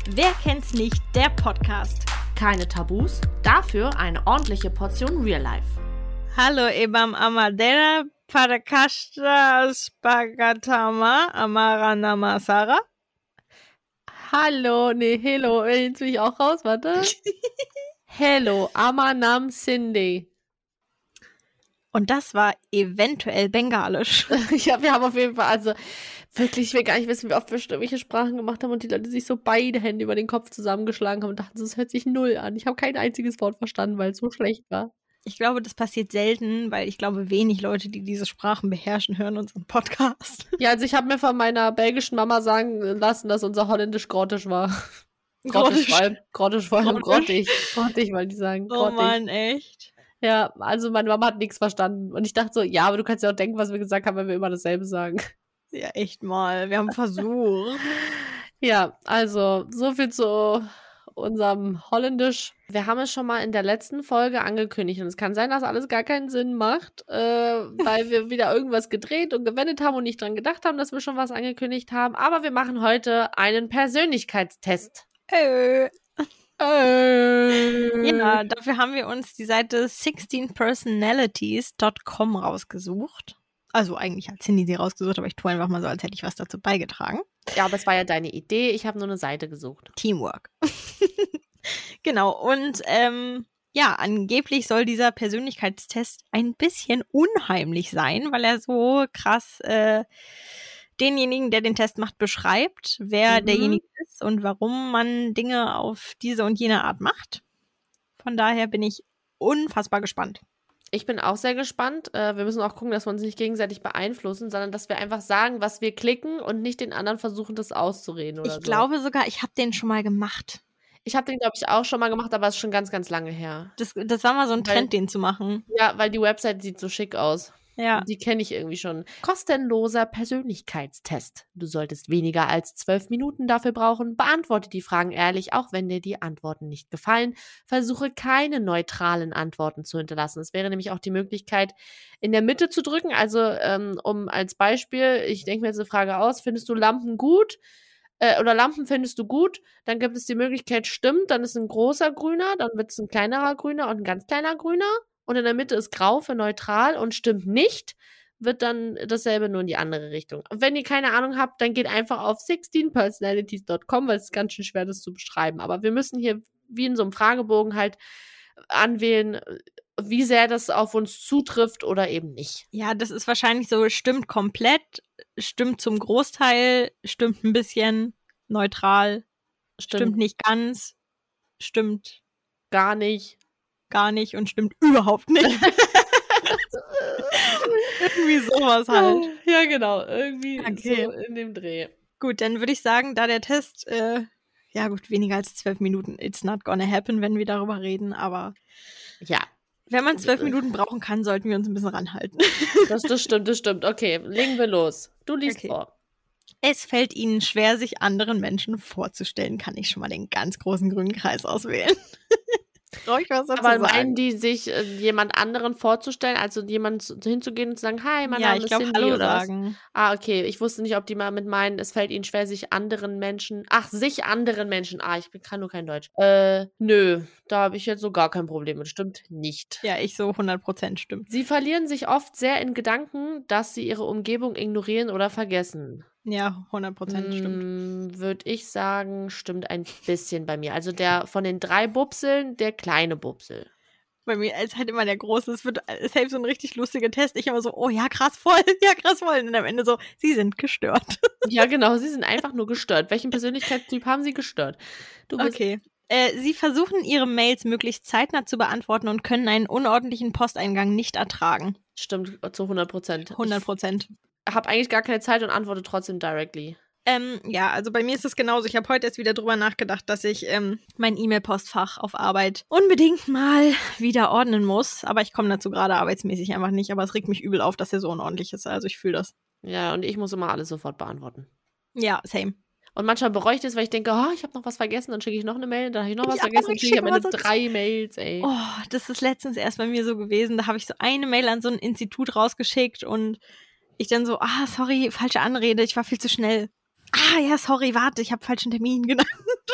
Wer kennt's nicht, der Podcast. Keine Tabus, dafür eine ordentliche Portion Real Life. Hallo, Ebam Amadera, Parakashtra Spagatama, Amara Namasara. Hallo, hello, jetzt bin ich auch raus, warte. Hello, Amanam Cindy. Und das war eventuell Bengalisch. Ja, wir haben auf jeden Fall, also wirklich, ich will gar nicht wissen, wie oft wir irgendwelche Sprachen gemacht haben und die Leute sich so beide Hände über den Kopf zusammengeschlagen haben und dachten, das hört sich null an. Ich habe kein einziges Wort verstanden, weil es so schlecht war. Ich glaube, das passiert selten, weil ich glaube, wenig Leute, die diese Sprachen beherrschen, hören unseren Podcast. Ja, also ich habe mir von meiner belgischen Mama sagen lassen, dass unser Holländisch grottisch war. Grottig, weil die sagen grottig. Oh Mann, echt? Ja, also meine Mama hat nichts verstanden. Und ich dachte so, ja, aber du kannst ja auch denken, was wir gesagt haben, wenn wir immer dasselbe sagen. Ja, echt mal. Wir haben versucht. Ja, also so viel zu unserem Holländisch. Wir haben es schon mal in der letzten Folge angekündigt und es kann sein, dass alles gar keinen Sinn macht, weil wir wieder irgendwas gedreht und gewendet haben und nicht dran gedacht haben, dass wir schon was angekündigt haben. Aber wir machen heute einen Persönlichkeitstest. Ja, dafür haben wir uns die Seite 16personalities.com rausgesucht. Also eigentlich hat Cindy sie rausgesucht, aber ich tue einfach mal so, als hätte ich was dazu beigetragen. Ja, aber es war ja deine Idee. Ich habe nur eine Seite gesucht. Teamwork. Genau, und ja, angeblich soll dieser Persönlichkeitstest ein bisschen unheimlich sein, weil er so krass denjenigen, der den Test macht, beschreibt, wer derjenige ist und warum man Dinge auf diese und jene Art macht. Von daher bin ich unfassbar gespannt. Ich bin auch sehr gespannt. Wir müssen auch gucken, dass wir uns nicht gegenseitig beeinflussen, sondern dass wir einfach sagen, was wir klicken und nicht den anderen versuchen, das auszureden oder so. Ich glaube sogar, ich habe den schon mal gemacht. Ich habe den, glaube ich, auch schon mal gemacht, aber es ist schon ganz, ganz lange her. Das war mal so ein Trend, den zu machen. Ja, weil die Website sieht so schick aus. Ja. Die kenne ich irgendwie schon. Kostenloser Persönlichkeitstest. Du solltest weniger als 12 Minuten dafür brauchen. Beantworte die Fragen ehrlich, auch wenn dir die Antworten nicht gefallen. Versuche keine neutralen Antworten zu hinterlassen. Es wäre nämlich auch die Möglichkeit, in der Mitte zu drücken. Also, um als Beispiel, ich denke mir jetzt eine Frage aus, findest du Lampen gut? Oder Lampen findest du gut? Dann gibt es die Möglichkeit, stimmt, dann ist ein großer Grüner, dann wird es ein kleinerer Grüner und ein ganz kleiner Grüner. Und in der Mitte ist grau für neutral und stimmt nicht, wird dann dasselbe nur in die andere Richtung. Und wenn ihr keine Ahnung habt, dann geht einfach auf 16personalities.com, weil es ist ganz schön schwer, das zu beschreiben. Aber wir müssen hier wie in so einem Fragebogen halt anwählen, wie sehr das auf uns zutrifft oder eben nicht. Ja, das ist wahrscheinlich so, stimmt komplett, stimmt zum Großteil, stimmt ein bisschen, neutral, stimmt nicht ganz, stimmt gar nicht und stimmt überhaupt nicht. Irgendwie sowas halt. Ja, genau. Irgendwie okay. So in dem Dreh. Gut, dann würde ich sagen, da der Test, ja gut, weniger als 12 Minuten, it's not gonna happen, wenn wir darüber reden, aber ja. Wenn man 12 Minuten brauchen kann, sollten wir uns ein bisschen ranhalten. Das stimmt. Okay, legen wir los. Du liest vor. Es fällt Ihnen schwer, sich anderen Menschen vorzustellen. Kann ich schon mal den ganz großen grünen Kreis auswählen? Brauche ich was dazu Aber sagen? meinen die, sich jemand anderen vorzustellen, also jemand hinzugehen und zu sagen, hi, mein Name ist Cindy Hallo oder sagen. Was? Okay, ich wusste nicht, ob die mal mit meinen, es fällt ihnen schwer, sich anderen Menschen, ich kann nur kein Deutsch. Nö, da habe ich jetzt so gar kein Problem mit, stimmt nicht. Ja, ich so 100% stimmt. Sie verlieren sich oft sehr in Gedanken, dass sie ihre Umgebung ignorieren oder vergessen. Ja, 100% stimmt. Würde ich sagen, stimmt ein bisschen bei mir. Also der von den 3 Bupseln, der kleine Bupsel. Bei mir ist halt immer der große, es ist halt so ein richtig lustiger Test. Ich immer so, oh ja, krass voll. Und am Ende so, sie sind gestört. Ja, genau, sie sind einfach nur gestört. Welchen Persönlichkeitstyp haben sie gestört? Okay. Sie versuchen, ihre Mails möglichst zeitnah zu beantworten und können einen unordentlichen Posteingang nicht ertragen. Stimmt, zu 100%. 100%. Ich habe eigentlich gar keine Zeit und antworte trotzdem directly. Ja, also bei mir ist es genauso. Ich habe heute erst wieder drüber nachgedacht, dass ich mein E-Mail-Postfach auf Arbeit unbedingt mal wieder ordnen muss. Aber ich komme dazu gerade arbeitsmäßig einfach nicht. Aber es regt mich übel auf, dass er so unordentlich ist. Also ich fühle das. Ja, und ich muss immer alles sofort beantworten. Ja, same. Und manchmal bereue ich das, weil ich denke, oh, ich habe noch was vergessen, dann schicke ich noch eine Mail, dann habe ich noch was vergessen, dann schicke ich am Ende 3 Mails, ey. Oh, das ist letztens erst bei mir so gewesen. Da habe ich so eine Mail an so ein Institut rausgeschickt und ich dann so, sorry, falsche Anrede, ich war viel zu schnell. Ja, sorry, warte, ich habe falschen Termin genannt.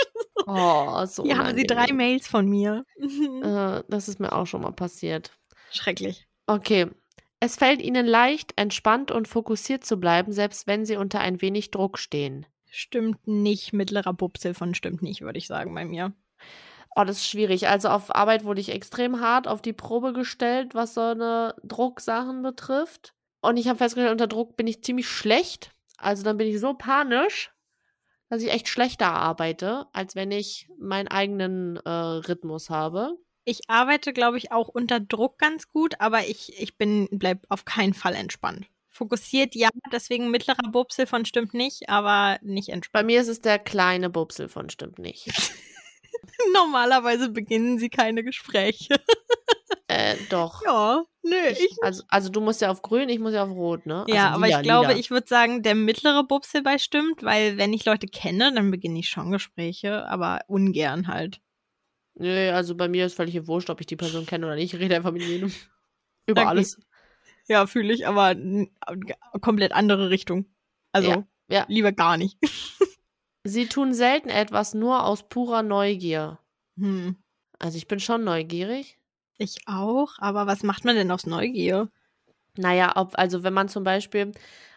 Oh, so Hier haben Sie 3 unangenehm. Mails von mir. Das ist mir auch schon mal passiert. Schrecklich. Okay. Es fällt Ihnen leicht, entspannt und fokussiert zu bleiben, selbst wenn Sie unter ein wenig Druck stehen. Stimmt nicht. Mittlerer Bupsel von stimmt nicht, würde ich sagen bei mir. Oh, das ist schwierig. Also auf Arbeit wurde ich extrem hart auf die Probe gestellt, was so eine Drucksachen betrifft. Und ich habe festgestellt, unter Druck bin ich ziemlich schlecht. Also dann bin ich so panisch, dass ich echt schlechter arbeite, als wenn ich meinen eigenen Rhythmus habe. Ich arbeite, glaube ich, auch unter Druck ganz gut, aber ich bleib auf keinen Fall entspannt. Fokussiert, ja, deswegen mittlerer Bupsel von stimmt nicht, aber nicht Bei entspannt. mir ist es der kleine Bupsel von stimmt nicht. Normalerweise beginnen sie keine Gespräche. Doch. Ja, nö, ich Also du musst ja auf grün, ich muss ja auf rot, ne? Ja, Also aber ich glaube, lila. ich würde sagen, der mittlere Bupsel bei stimmt, weil wenn ich Leute kenne, dann beginne ich schon Gespräche, aber ungern halt. Nö, also bei mir ist völlig wurscht, ob ich die Person kenne oder nicht. Ich rede einfach mit jedem. Über Okay. alles. Ja, fühle ich, aber komplett andere Richtung. Also Ja. lieber gar nicht. Sie tun selten etwas nur aus purer Neugier. Hm. Also ich bin schon neugierig. Ich auch, aber was macht man denn aus Neugier? Naja, also wenn man zum Beispiel,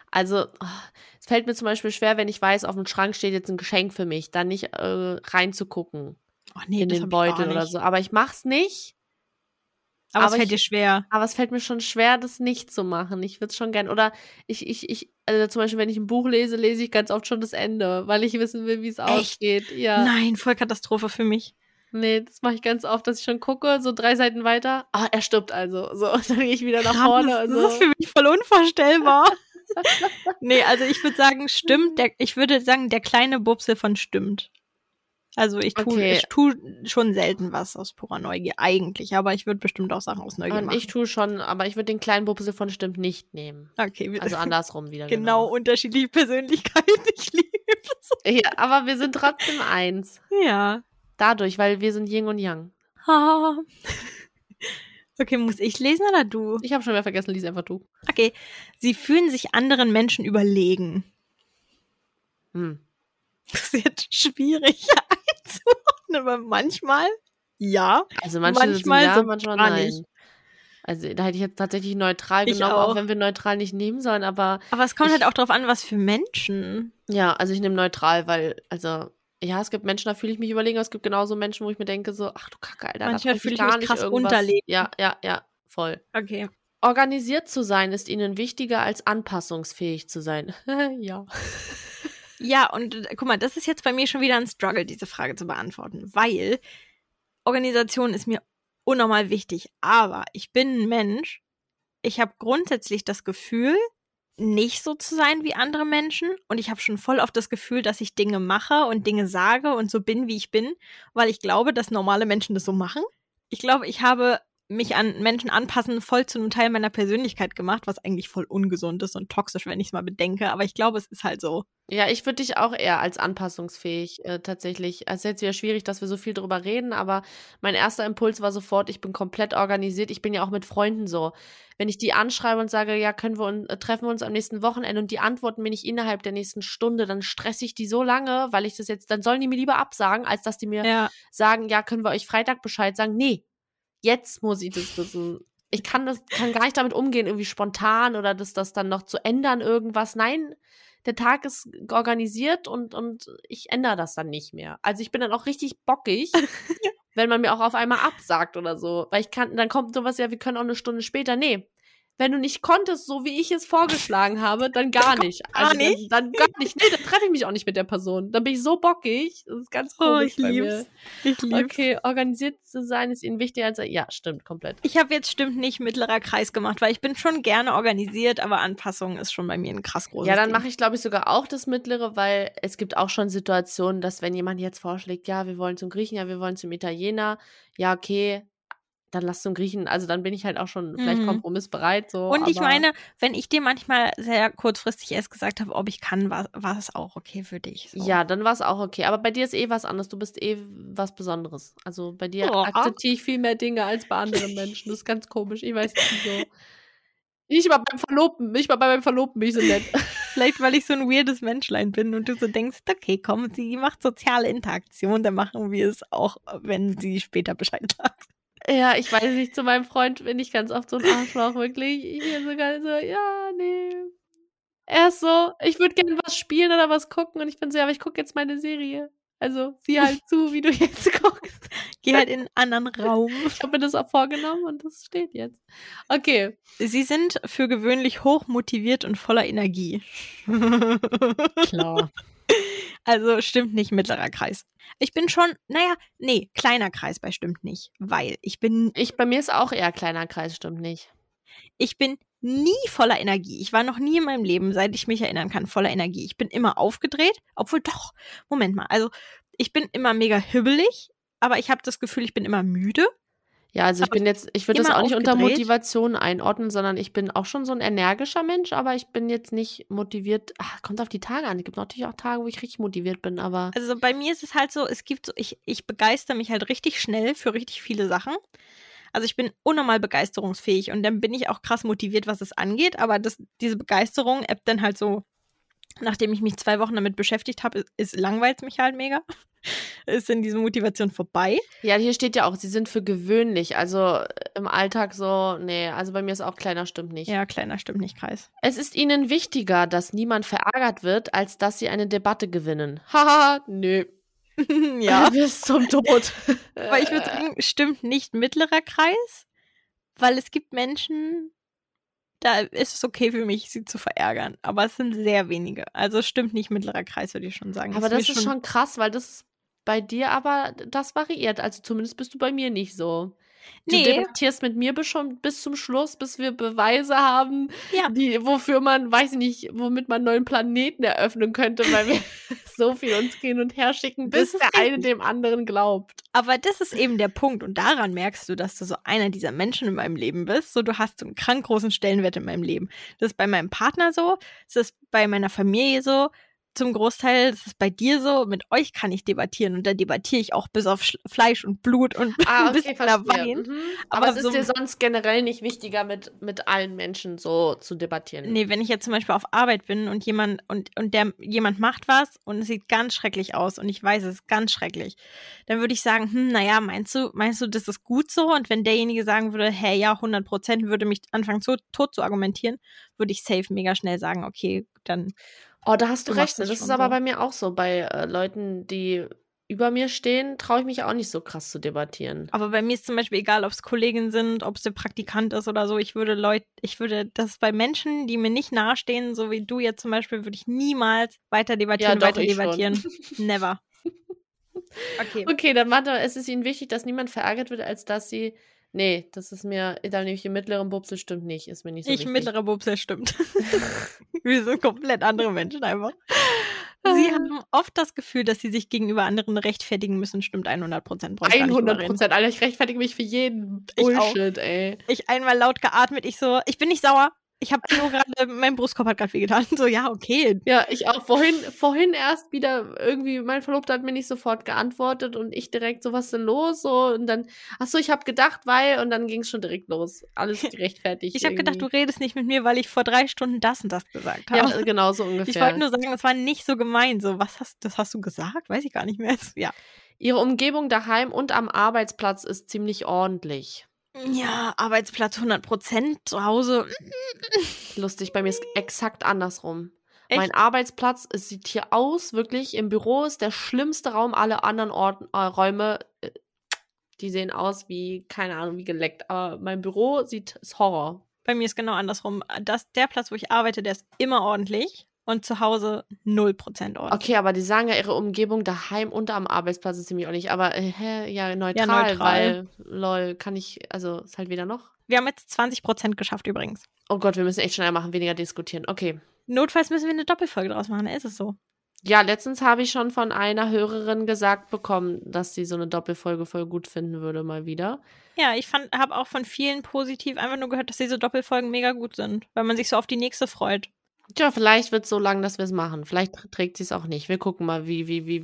es fällt mir zum Beispiel schwer, wenn ich weiß, auf dem Schrank steht jetzt ein Geschenk für mich, dann nicht reinzugucken Ach nee, in das den hab ich gar Beutel oder nicht. so. Aber ich mach's nicht. Aber es aber fällt dir schwer. Aber es fällt mir schon schwer, das nicht zu machen. Ich würde es schon gern. Oder also zum Beispiel, wenn ich ein Buch lese, lese ich ganz oft schon das Ende, weil ich wissen will, wie es ausgeht. Ja. Nein, Vollkatastrophe für mich. Nee, das mache ich ganz oft, dass ich schon gucke, so 3 Seiten weiter. Ah, er stirbt also. So, und dann gehe ich wieder nach Krass, vorne. das Also. ist für mich voll unvorstellbar. Nee, also ich würde sagen, stimmt. Ich würde sagen, der kleine Bupsel von stimmt. Also ich tu schon selten was aus purer Neugier eigentlich, aber ich würde bestimmt auch Sachen aus Neugier Und machen. ich tue schon, aber ich würde den kleinen Bupsel von stimmt nicht nehmen. Okay. Also andersrum wieder. Genau, unterschiedliche Persönlichkeiten. Ich liebe es. Ja, aber wir sind trotzdem eins. Ja. Dadurch, weil wir sind Yin und Yang. Ah. Okay, muss ich lesen oder du? Ich habe schon wieder vergessen, lies einfach du. Okay. Sie fühlen sich anderen Menschen überlegen. Das ist jetzt schwierig einzuordnen, aber manchmal ja. Also manchmal ja, so manchmal nein. nicht. Also da hätte ich jetzt tatsächlich neutral Ich genommen, auch. auch wenn wir neutral nicht nehmen sollen, aber es kommt halt auch drauf an, was für Menschen. ja, also ich nehme neutral, weil, also, ja, es gibt Menschen, da fühle ich mich überlegen, es gibt genauso Menschen, wo ich mir denke, so, ach du Kacke, Alter, Manchmal da fühle ich ich mich gar nicht krass irgendwas. runterlegen. Ja, voll. Okay. Organisiert zu sein ist ihnen wichtiger als anpassungsfähig zu sein. Ja. Ja, und guck mal, das ist jetzt bei mir schon wieder ein Struggle, diese Frage zu beantworten, weil Organisation ist mir unnormal wichtig, aber ich bin ein Mensch, ich habe grundsätzlich das Gefühl, nicht so zu sein wie andere Menschen und ich habe schon voll oft das Gefühl, dass ich Dinge mache und Dinge sage und so bin, wie ich bin, weil ich glaube, dass normale Menschen das so machen. Ich glaube, ich habe mich an Menschen anpassen voll zu einem Teil meiner Persönlichkeit gemacht, was eigentlich voll ungesund ist und toxisch, wenn ich es mal bedenke, aber ich glaube, es ist halt so. Ja, ich würde dich auch eher als anpassungsfähig tatsächlich. Es ist jetzt wieder schwierig, dass wir so viel drüber reden, aber mein erster Impuls war sofort, ich bin komplett organisiert. Ich bin ja auch mit Freunden so. Wenn ich die anschreibe und sage, ja, treffen wir uns am nächsten Wochenende und die antworten mir nicht innerhalb der nächsten Stunde, dann stresse ich die so lange, weil ich das jetzt, dann sollen die mir lieber absagen, als dass die mir sagen, ja, können wir euch Freitag Bescheid sagen? Nee, jetzt muss ich das wissen. Ich kann gar nicht damit umgehen, irgendwie spontan oder das dann noch zu ändern, irgendwas. Nein, der Tag ist organisiert und ich ändere das dann nicht mehr. Also ich bin dann auch richtig bockig, wenn man mir auch auf einmal absagt oder so. Weil dann kommt sowas, ja, wir können auch eine Stunde später. Nee, wenn du nicht konntest, so wie ich es vorgeschlagen habe, dann gar nicht. Gar nicht? Dann gar nicht. Nee, dann treffe ich mich auch nicht mit der Person. Dann bin ich so bockig. Das ist ganz komisch bei mir. Ich lieb's. Okay, organisiert zu sein ist ihnen wichtiger als... Ja, stimmt, komplett. Ich habe jetzt stimmt nicht mittlerer Kreis gemacht, weil ich bin schon gerne organisiert, aber Anpassung ist schon bei mir ein krass großes Ja, dann Ding. mache ich, glaube ich, sogar auch das Mittlere, weil es gibt auch schon Situationen, dass wenn jemand jetzt vorschlägt, ja, wir wollen zum Griechen, ja, wir wollen zum Italiener, ja, okay, dann lass zum Griechen. Also dann bin ich halt auch schon vielleicht kompromissbereit. So, und ich meine, wenn ich dir manchmal sehr kurzfristig erst gesagt habe, ob ich kann, war es auch okay für dich. So. Ja, dann war es auch okay. Aber bei dir ist was anderes. Du bist was Besonderes. Also bei dir akzeptiere ich viel mehr Dinge als bei anderen Menschen. Das ist ganz komisch. Ich weiß nicht wieso. Nicht mal bei meinem Verlobten bin ich so nett. Vielleicht, weil ich so ein weirdes Menschlein bin und du so denkst, okay, komm, sie macht soziale Interaktion, dann machen wir es auch, wenn sie später Bescheid sagt. Ja, ich weiß nicht, zu meinem Freund bin ich ganz oft so ein Arschloch, wirklich. Ich bin sogar so, ja, nee. Er ist so, ich würde gerne was spielen oder was gucken und ich bin so, ja, aber ich gucke jetzt meine Serie. Also, sieh halt zu, wie du jetzt guckst. Geh halt in einen anderen Raum. Ich habe mir das auch vorgenommen und das steht jetzt. Okay. Sie sind für gewöhnlich hoch motiviert und voller Energie. Klar. Also stimmt nicht, mittlerer Kreis. Ich bin schon, kleiner Kreis bei stimmt nicht, weil Bei mir ist auch eher kleiner Kreis, stimmt nicht. ich bin nie voller Energie. Ich war noch nie in meinem Leben, seit ich mich erinnern kann, voller Energie. Ich bin immer aufgedreht, obwohl doch, Moment mal, also ich bin immer mega hibbelig, aber ich habe das Gefühl, ich bin immer müde. Ja, also ich würde das immer auch nicht unter aufgedreht. Motivation einordnen, sondern ich bin auch schon so ein energischer Mensch, aber ich bin jetzt nicht motiviert. Kommt auf die Tage an. Es gibt natürlich auch Tage, wo ich richtig motiviert bin, aber Also bei mir ist es halt so, ich begeister mich halt richtig schnell für richtig viele Sachen. Also ich bin unnormal begeisterungsfähig und dann bin ich auch krass motiviert, was es angeht, aber diese Begeisterung ebbt dann halt so, nachdem ich mich 2 Wochen damit beschäftigt habe, langweilt mich halt mega. Ist dann diese Motivation vorbei. ja, hier steht ja auch, sie sind für gewöhnlich. Also im Alltag so, nee, also bei mir ist auch kleiner, stimmt nicht. Ja, kleiner stimmt nicht, Kreis. Es ist ihnen wichtiger, dass niemand verärgert wird, als dass sie eine Debatte gewinnen. Haha, nö. Ja. Bis zum Tod. Aber ich würde sagen, stimmt nicht mittlerer Kreis, weil es gibt Menschen, da ist es okay für mich, sie zu verärgern. Aber es sind sehr wenige. Also stimmt nicht mittlerer Kreis, würde ich schon sagen. Aber das ist schon krass, weil das bei dir aber, das variiert. Also zumindest bist du bei mir nicht so. Du Nee. debattierst mit mir schon bis zum Schluss, bis wir Beweise haben, Ja. wofür man, weiß ich nicht, womit man einen neuen Planeten eröffnen könnte, weil wir so viel uns hin und her schicken, bis Das ist der eine richtig. dem anderen glaubt. Aber das ist eben der Punkt. Und daran merkst du, dass du so einer dieser Menschen in meinem Leben bist. So, du hast so einen krank großen Stellenwert in meinem Leben. Das ist bei meinem Partner so, das ist bei meiner Familie so, zum Großteil, das ist bei dir so, mit euch kann ich debattieren und da debattiere ich auch bis auf Fleisch und Blut und ein bisschen Wein. Aber es ist so, dir sonst generell nicht wichtiger, mit allen Menschen so zu debattieren. Nee, wenn ich jetzt zum Beispiel auf Arbeit bin und jemand macht was und es sieht ganz schrecklich aus und ich weiß, es ist ganz schrecklich, dann würde ich sagen, meinst du, das ist gut so? Und wenn derjenige sagen würde, hey, ja, 100%, würde mich anfangen, tot zu argumentieren, würde ich safe mega schnell sagen, okay, dann. Oh, da hast du recht. machst Das es ist schon aber so. bei mir auch so. Bei Leuten, die über mir stehen, traue ich mich auch nicht so krass zu debattieren. Aber bei mir ist zum Beispiel egal, ob es Kolleginnen sind, ob es der Praktikant ist oder so, ich würde das bei Menschen, die mir nicht nahestehen, so wie du jetzt zum Beispiel, würde ich niemals weiter debattieren. Never. Okay. Okay, dann warte, es ist ihnen wichtig, dass niemand verärgert wird, als dass sie. Nee, das ist mir, da nehme ich den mittleren Bupsel, stimmt nicht, ist mir nicht so wichtig. Mittlere Bubsel, stimmt. Wir sind komplett andere Menschen einfach. Sie haben oft das Gefühl, dass sie sich gegenüber anderen rechtfertigen müssen, stimmt 100%. 100%, Alter, ich rechtfertige mich für jeden Bullshit, ey. Ich einmal laut geatmet, ich bin nicht sauer. Ich habe nur gerade, mein Brustkorb hat gerade wehgetan. So, ja, okay. Ja, ich auch. Vorhin erst wieder irgendwie, mein Verlobter hat mir nicht sofort geantwortet und ich direkt so, was ist denn los? So, und dann, ach so, ich habe gedacht, und dann ging es schon direkt los. Alles gerechtfertigt. Ich habe gedacht, du redest nicht mit mir, weil ich vor 3 Stunden das und das gesagt habe. Ja, genau so ungefähr. Ich wollte nur sagen, es war nicht so gemein. So, das hast du gesagt? Weiß ich gar nicht mehr. Ja. Ihre Umgebung daheim und am Arbeitsplatz ist ziemlich ordentlich. Ja, Arbeitsplatz 100%, zu Hause. Lustig, bei mir ist exakt andersrum. Echt? Mein Arbeitsplatz, es sieht hier aus, wirklich, im Büro ist der schlimmste Raum, alle anderen Räume, die sehen aus wie, keine Ahnung, wie geleckt. Aber mein Büro ist Horror. Bei mir ist genau andersrum. Der Platz, wo ich arbeite, der ist immer ordentlich. Und zu Hause 0% ordentlich. Okay, aber die sagen ja, ihre Umgebung daheim und am Arbeitsplatz ist ziemlich ordentlich. Aber, ja, neutral, weil, lol, ist halt wieder noch. Wir haben jetzt 20% geschafft übrigens. Oh Gott, wir müssen echt schneller machen, weniger diskutieren. Okay. Notfalls müssen wir eine Doppelfolge draus machen, ist es so. Ja, letztens habe ich schon von einer Hörerin gesagt bekommen, dass sie so eine Doppelfolge voll gut finden würde, mal wieder. Ja, ich habe auch von vielen positiv einfach nur gehört, dass diese Doppelfolgen mega gut sind, weil man sich so auf die nächste freut. Tja, vielleicht wird es so lang, dass wir es machen. Vielleicht trägt sie es auch nicht. Wir gucken mal, wie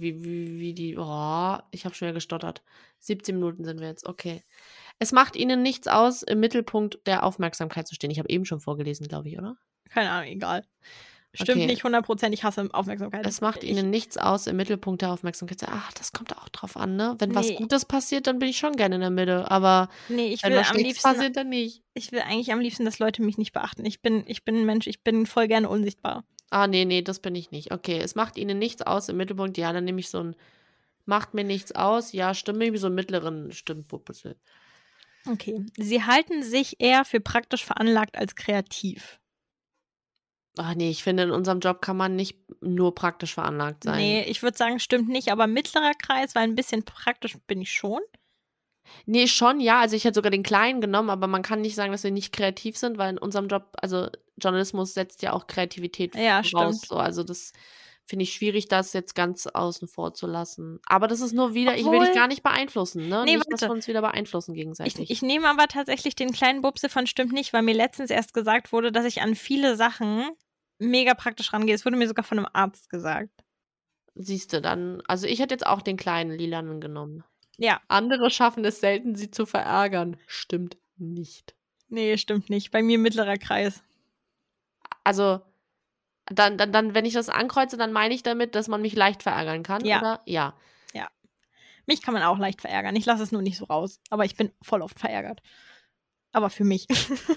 die. Oh, ich habe schon wieder gestottert. 17 Minuten sind wir jetzt. Okay. Es macht ihnen nichts aus, im Mittelpunkt der Aufmerksamkeit zu stehen. Ich habe eben schon vorgelesen, glaube ich, oder? Keine Ahnung, egal. Stimmt Okay. nicht 100%, ich hasse Aufmerksamkeit. Es macht ihnen nichts aus, im Mittelpunkt der Aufmerksamkeit zu sein. Ach, das kommt auch drauf an, ne? Wenn was Nee, Gutes passiert, dann bin ich schon gerne in der Mitte, aber nee, ich wenn will was am Schlechtes liebsten passiert, dann nicht. ich will eigentlich am liebsten, dass Leute mich nicht beachten. Ich bin ein Mensch, ich bin voll gerne unsichtbar. Ah, ne, das bin ich nicht. Okay, es macht ihnen nichts aus im Mittelpunkt. Ja, dann nehme ich so 'n macht mir nichts aus. Ja, stimmt, irgendwie so 'n mittleren Stimmbusel. Okay. Sie halten sich eher für praktisch veranlagt als kreativ. Ach ne, ich finde, in unserem Job kann man nicht nur praktisch veranlagt sein. Nee, ich würde sagen, stimmt nicht, aber mittlerer Kreis, weil ein bisschen praktisch bin ich schon. Ne, schon, ja. Also, ich hätte sogar den Kleinen genommen, aber man kann nicht sagen, dass wir nicht kreativ sind, weil in unserem Job also, Journalismus setzt ja auch Kreativität Ja, voraus, stimmt. so. Also, das finde ich schwierig, das jetzt ganz außen vor zu lassen. Aber das ist nur wieder ich will dich Obwohl gar nicht beeinflussen, ne? ne, Nicht, dass warte. wir uns wieder beeinflussen Ich gegenseitig. ich nehme aber tatsächlich den kleinen Bubse von stimmt nicht, weil mir letztens erst gesagt wurde, dass ich an viele Sachen mega praktisch rangehe. Es wurde mir sogar von 'nem Arzt gesagt. Siehste, dann also, ich hätte jetzt auch den kleinen Lilanen genommen. Ja, Andere schaffen es selten, sie zu verärgern. Stimmt nicht. ne, stimmt nicht. Bei mir mittlerer Kreis. Also, dann, wenn ich das ankreuze, dann meine ich damit, dass man mich leicht verärgern kann, Ja, oder? Ja. ja. Mich kann man auch leicht verärgern. Ich lasse es nur nicht so raus, aber ich bin voll oft verärgert. Aber für mich.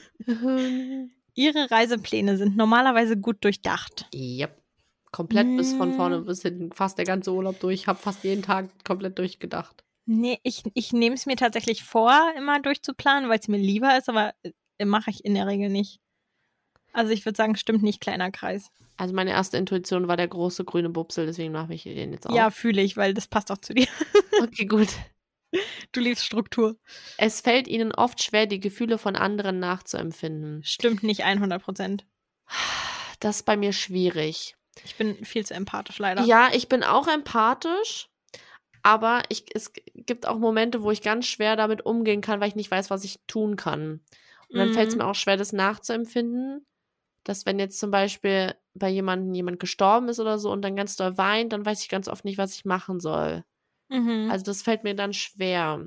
Ihre Reisepläne sind normalerweise gut durchdacht. Jap. Komplett bis von vorne Hm, bis hinten, fast der ganze Urlaub durch. Habe fast jeden Tag komplett durchgedacht. ne, ich nehme es mir tatsächlich vor, immer durchzuplanen, weil's mir lieber ist, aber, mache ich in der Regel nicht. Also, ich würde sagen, stimmt nicht, kleiner Kreis. Also, meine erste Intuition war der große grüne Bupsel, deswegen mache ich den jetzt auch. Ja, fühle ich, weil das passt auch zu dir. Okay, gut. Du liebst Struktur. Es fällt ihnen oft schwer, die Gefühle von anderen nachzuempfinden. Stimmt nicht 100%. Das ist bei mir schwierig. Ich bin viel zu empathisch leider. Ja, ich bin auch empathisch, aber es gibt auch Momente, wo ich ganz schwer damit umgehen kann, weil ich nicht weiß, was ich tun kann. Und dann fällt's Mhm. mir auch schwer, das nachzuempfinden, dass wenn jetzt zum Beispiel bei jemand gestorben ist oder so und dann ganz doll weint, dann weiß ich ganz oft nicht, was ich machen soll. Mhm. Also, das fällt mir dann schwer.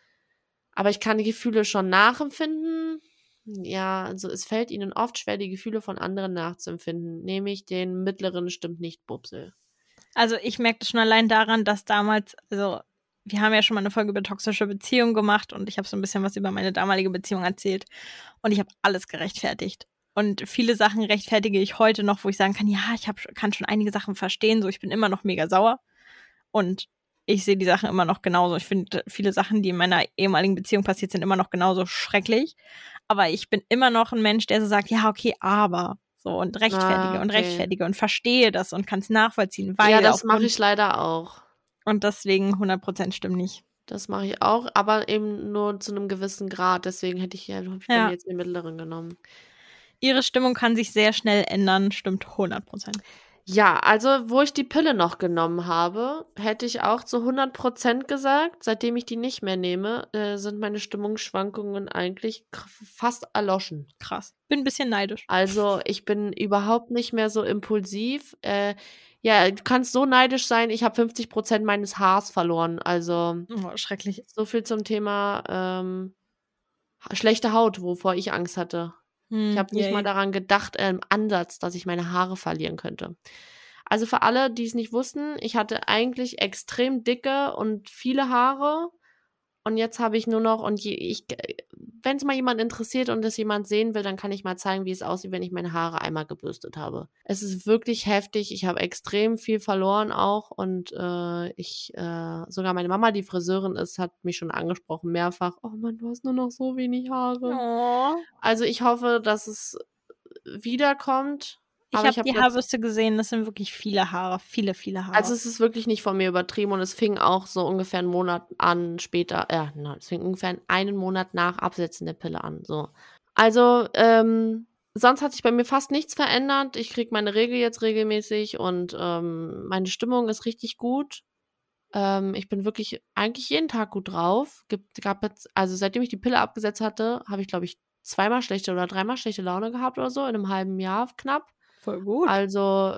Aber ich kann die Gefühle schon nachempfinden. Ja, also, es fällt ihnen oft schwer, die Gefühle von anderen nachzuempfinden, nehme ich den mittleren stimmt nicht Bupsel. Also, ich merke das schon allein daran, dass damals wir haben ja schon mal 'ne Folge über toxische Beziehungen gemacht und ich habe so 'n bisschen was über meine damalige Beziehung erzählt und ich habe alles gerechtfertigt. Und viele Sachen rechtfertige ich heute noch, wo ich sagen kann: „Ja, ich kann schon einige Sachen verstehen, so, ich bin immer noch mega sauer und ich sehe die Sachen immer noch genauso.“ Ich finde, viele Sachen, die in meiner ehemaligen Beziehung passiert sind, immer noch genauso schrecklich. Aber ich bin immer noch 'n Mensch, der so sagt: „Ja, okay, aber“, so Ah, und okay. rechtfertige und verstehe das und kann's nachvollziehen, Ja, weil das mache aufgrund ich leider auch. und deswegen 100% stimmt nicht. Das mache ich auch, aber eben nur zu 'nem gewissen Grad. Deswegen habe ich bei mir Ja. jetzt den mittleren genommen. Ihre Stimmung kann sich sehr schnell ändern, stimmt 100%. Ja, also, wo ich die Pille noch genommen habe, hätte ich auch zu 100% gesagt. Seitdem ich die nicht mehr nehme, sind meine Stimmungsschwankungen eigentlich fast erloschen. Krass. Bin 'n bisschen neidisch. Also, ich bin überhaupt nicht mehr so impulsiv. Ja, du kannst so neidisch sein, ich habe 50% meines Haars verloren. Also, Oh, schrecklich. so viel zum Thema, schlechte Haut, wovor ich Angst hatte. Ich habe nicht mal Yay. daran gedacht, im Ansatz, dass ich meine Haare verlieren könnte. Also, für alle, die es nicht wussten, ich hatte eigentlich extrem dicke und viele Haare und jetzt habe ich nur noch und wenn es mal jemand interessiert und es jemand sehen will, dann kann ich mal zeigen, wie es aussieht, wenn ich meine Haare einmal gebürstet habe. Es ist wirklich heftig. Ich habe extrem viel verloren auch und, sogar meine Mama, die Friseurin ist, hat mich schon angesprochen mehrfach: „Oh Mann, du hast nur noch so wenig Haare.“ Oh. Also, ich hoffe, dass es wiederkommt, Ich aber habe ich habe die jetzt Haarbürste gesehen, das sind wirklich viele Haare, viele, viele also, Haare. es ist wirklich nicht von mir übertrieben und es fing auch so ungefähr 'n Monat an später es fing ungefähr einen Monat nach Absetzen der Pille an, so. Also, sonst hat sich bei mir fast nichts verändert. Ich kriege meine Regel jetzt regelmäßig und, meine Stimmung ist richtig gut. Ich bin wirklich eigentlich jeden Tag gut drauf. Gab jetzt also, seitdem ich die Pille abgesetzt hatte, habe ich, glaube ich, zweimal schlechte oder dreimal schlechte Laune gehabt oder so in 'nem halben Jahr knapp. Voll gut. Also,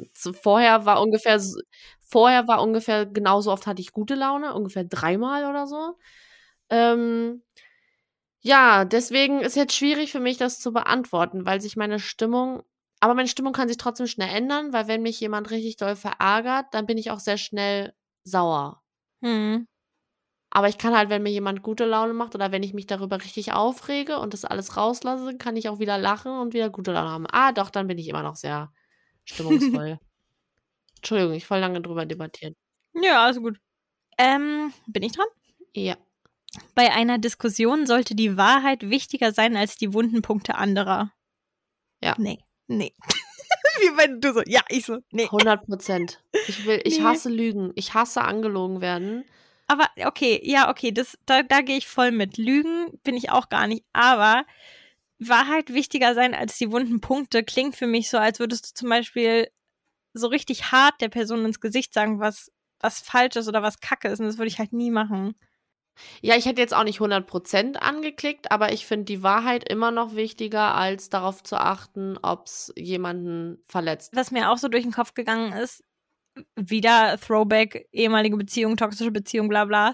vorher war ungefähr genauso oft hatte ich gute Laune, ungefähr dreimal oder so. Ähm, ja, deswegen ist jetzt schwierig für mich, das zu beantworten, weil sich meine Stimmung Aber meine Stimmung kann sich trotzdem schnell ändern, weil wenn mich jemand richtig doll verärgert, dann bin ich auch sehr schnell sauer. Hm. Aber ich kann halt, wenn mir jemand gute Laune macht oder wenn ich mich darüber richtig aufrege und das alles rauslasse, kann ich auch wieder lachen und wieder gute Laune haben. Ah, doch, dann bin ich immer noch sehr stimmungsvoll. Entschuldigung, ich voll lange drüber debattiert. Ja, also gut. Bin ich dran? Ja. Bei einer Diskussion sollte die Wahrheit wichtiger sein als die wunden Punkte anderer. Ja. Nee. Wie wenn du so, ja, ich so, nee. 100%. Ich Nee. hasse Lügen. Ich hasse angelogen werden. Aber okay, ja, okay, da gehe ich voll mit. Lügen bin ich auch gar nicht. Aber Wahrheit wichtiger sein als die wunden Punkte klingt für mich so, als würdest du zum Beispiel so richtig hart der Person ins Gesicht sagen, was falsch ist oder was Kacke ist. Und das würde ich halt nie machen. Ja, ich hätte jetzt auch nicht 100% angeklickt, aber ich finde die Wahrheit immer noch wichtiger, als darauf zu achten, ob es jemanden verletzt. Was mir auch so durch den Kopf gegangen ist, wieder Throwback, ehemalige Beziehung, toxische Beziehung, bla bla.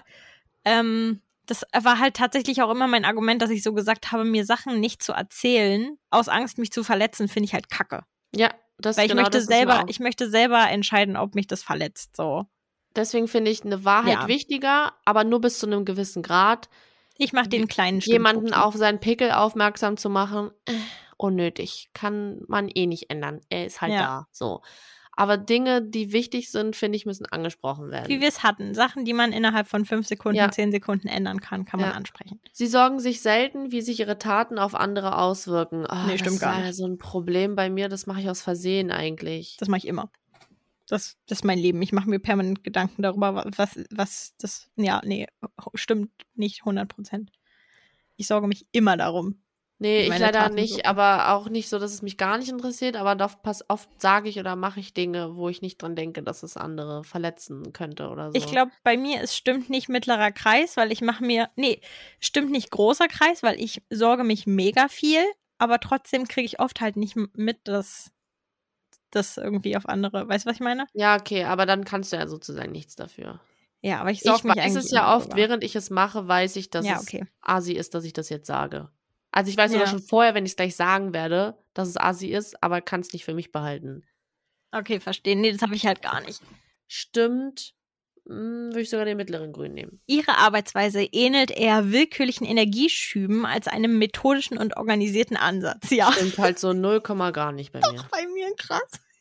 Das war halt tatsächlich auch immer mein Argument, dass ich so gesagt habe, mir Sachen nicht zu erzählen, aus Angst, mich zu verletzen, finde ich halt kacke. Ja, das Weil genau das ist mir auch. ich möchte selber entscheiden, ob mich das verletzt, so. Deswegen finde ich eine Wahrheit Ja. wichtiger, aber nur bis zu einem gewissen Grad. Ich mache den kleinen Jemanden Stimmpunkten. auf seinen Pickel aufmerksam zu machen, unnötig. Kann man eh nicht ändern. Er ist halt da. So. Aber Dinge, die wichtig sind, finde ich, müssen angesprochen werden. Wie wir es hatten. Sachen, die man innerhalb von 5 Sekunden, Ja. 10 Sekunden ändern kann man Ja. ansprechen. Sie sorgen sich selten, wie sich ihre Taten auf andere auswirken. Oh, Nee, stimmt gar Das nicht. ist so ein Problem bei mir, das mache ich aus Versehen eigentlich. Das mache ich immer. Das ist mein Leben. Ich mache mir permanent Gedanken darüber, was das. Ja, nee, stimmt nicht 100%. Ich sorge mich immer darum. Nee, wie ich meine leider Taten nicht, wirken. aber auch nicht so, dass es mich gar nicht interessiert, aber oft sage ich oder mache ich Dinge, wo ich nicht dran denke, dass es andere verletzen könnte oder so. Ich glaube, bei mir ist stimmt nicht mittlerer Kreis, weil ich mache mir. Nee, stimmt nicht großer Kreis, weil ich sorge mich mega viel, aber trotzdem kriege ich oft halt nicht mit, dass das irgendwie auf andere. Weißt du, was ich meine? Ja, okay, aber dann kannst du ja sozusagen nichts dafür. Ja, aber ich Ich sorge mich weiß eigentlich es ja immer oft, drüber. während ich es mache, weiß ich, dass Ja, es okay. assi ist, dass ich das jetzt sage. Also ich weiß sogar Ja. schon vorher, wenn ich es gleich sagen werde, dass es assi ist, aber kann es nicht für mich behalten. Okay, verstehen. Nee, das habe ich halt gar nicht. Stimmt. Würde ich sogar den mittleren Grün nehmen. Ihre Arbeitsweise ähnelt eher willkürlichen Energieschüben als einem methodischen und organisierten Ansatz. Ja. Stimmt halt so 0, gar nicht bei mir. Bei mir krass.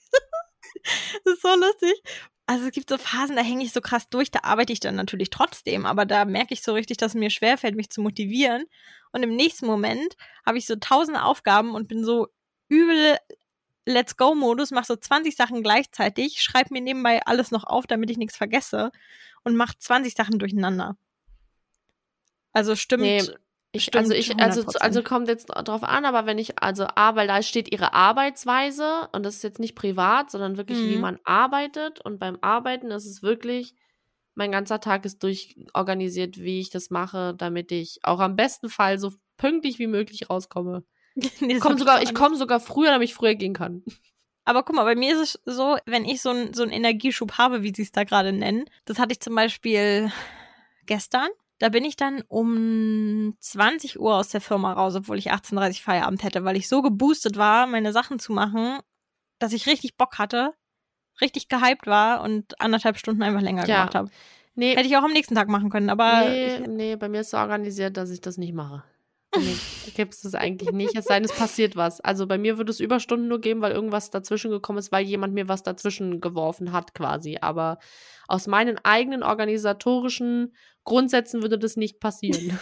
Das ist so lustig. Also es gibt so Phasen, da hänge ich so krass durch, da arbeite ich dann natürlich trotzdem, aber da merke ich so richtig, dass es mir schwerfällt, mich zu motivieren. Und im nächsten Moment habe ich so 1000 Aufgaben und bin so übel Let's-Go-Modus, mache so 20 Sachen gleichzeitig, schreibe mir nebenbei alles noch auf, damit ich nichts vergesse und mache 20 Sachen durcheinander. Also stimmt. Nee, Stimmt, also kommt jetzt drauf an, aber wenn ich, weil da steht ihre Arbeitsweise und das ist jetzt nicht privat, sondern wirklich, wie man arbeitet. Und beim Arbeiten ist es wirklich, mein ganzer Tag ist durchorganisiert, wie ich das mache, damit ich auch am besten Fall so pünktlich wie möglich rauskomme. Nee, ich komme sogar früher, damit ich früher gehen kann. Aber guck mal, bei mir ist es so, wenn ich so einen Energieschub habe, wie sie es da gerade nennen, das hatte ich zum Beispiel gestern. Da bin ich dann um 20 Uhr aus der Firma raus, obwohl ich 18:30 Uhr Feierabend hätte, weil ich so geboostet war, meine Sachen zu machen, dass ich richtig Bock hatte, richtig gehypt war und 1,5 Stunden einfach länger gemacht habe. Nee, Hätte ich auch am nächsten Tag machen können, aber nee, bei mir ist so organisiert, dass ich das nicht mache. Nee, gibt es das eigentlich nicht, es sei denn, es passiert was. Also bei mir würde es Überstunden nur geben, weil irgendwas dazwischen gekommen ist, weil jemand mir was dazwischen geworfen hat quasi. Aber aus meinen eigenen organisatorischen Grundsätzen würde das nicht passieren.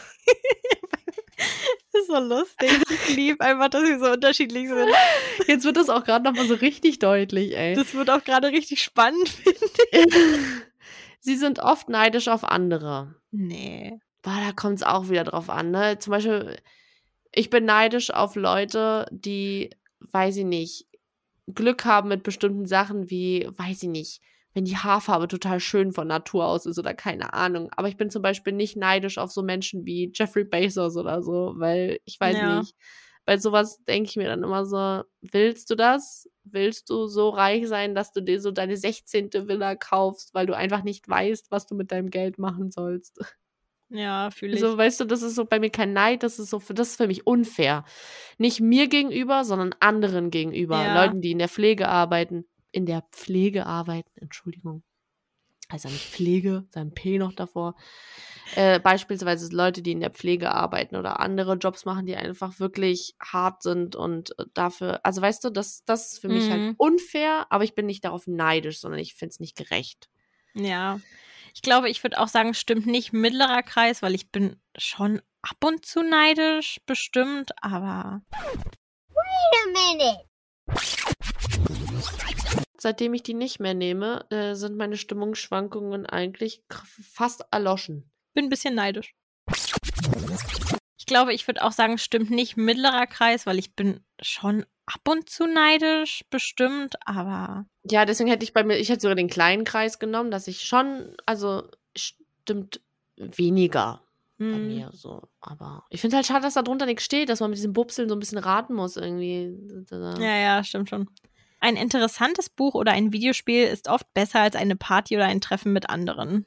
Das ist so lustig. Ich liebe einfach, dass wir so unterschiedlich sind. Jetzt wird das auch gerade nochmal so richtig deutlich, ey. Das wird auch gerade richtig spannend, finde ich. Sie sind oft neidisch auf andere. Nee. Boah, da kommt es auch wieder drauf an, ne? Zum Beispiel, ich bin neidisch auf Leute, die, weiß ich nicht, Glück haben mit bestimmten Sachen wie, weiß ich nicht, wenn die Haarfarbe total schön von Natur aus ist oder keine Ahnung. Aber ich bin zum Beispiel nicht neidisch auf so Menschen wie Jeffrey Bezos oder so, weil ich weiß nicht. Bei sowas denke ich mir dann immer so, willst du das? Willst du so reich sein, dass du dir so deine 16. Villa kaufst, weil du einfach nicht weißt, was du mit deinem Geld machen sollst? Ja, fühle ich. So, weißt du, das ist so bei mir kein Neid, das ist für mich unfair. Nicht mir gegenüber, sondern anderen gegenüber. Ja. Leuten, die in der Pflege arbeiten. Entschuldigung. Also nicht Pflege, sein P noch davor. Beispielsweise Leute, die in der Pflege arbeiten oder andere Jobs machen, die einfach wirklich hart sind und dafür, also weißt du, das ist für mich halt unfair, aber ich bin nicht darauf neidisch, sondern ich finde es nicht gerecht. Ja. Ich glaube, ich würde auch sagen, stimmt nicht mittlerer Kreis, weil ich bin schon ab und zu neidisch, bestimmt, aber... Wait a minute. Seitdem ich die nicht mehr nehme, sind meine Stimmungsschwankungen eigentlich fast erloschen. Bin ein bisschen neidisch. Ich glaube, ich würde auch sagen, stimmt nicht mittlerer Kreis, weil ich bin schon ab und zu neidisch, bestimmt, aber... Ja, deswegen hätte ich hätte sogar den kleinen Kreis genommen, dass ich schon, also stimmt weniger bei mir so. Aber ich finde halt schade, dass da drunter nichts steht, dass man mit diesem Bupseln so ein bisschen raten muss irgendwie. Ja, stimmt schon. Ein interessantes Buch oder ein Videospiel ist oft besser als eine Party oder ein Treffen mit anderen.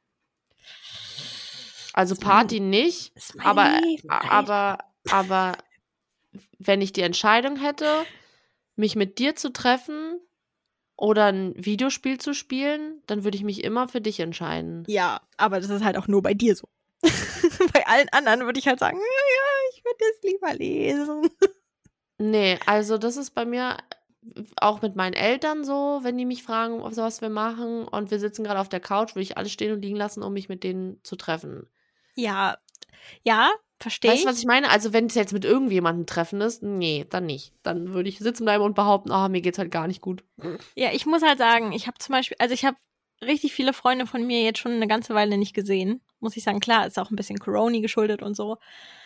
Also Party nicht, aber wenn ich die Entscheidung hätte, mich mit dir zu treffen oder ein Videospiel zu spielen, dann würde ich mich immer für dich entscheiden. Ja, aber das ist halt auch nur bei dir so. Bei allen anderen würde ich halt sagen, ja, ich würde es lieber lesen. Nee, also das ist bei mir auch mit meinen Eltern so, wenn die mich fragen, ob was wir machen und wir sitzen gerade auf der Couch, würde ich alles stehen und liegen lassen, um mich mit denen zu treffen. Ja, verstehe ich. Weißt du, was ich meine? Also wenn es jetzt mit irgendjemandem treffen ist, nee, dann nicht. Dann würde ich sitzen bleiben und behaupten, mir geht's halt gar nicht gut. Ja, ich muss halt sagen, ich habe richtig viele Freunde von mir jetzt schon eine ganze Weile nicht gesehen. Muss ich sagen, klar, ist auch ein bisschen Corona geschuldet und so.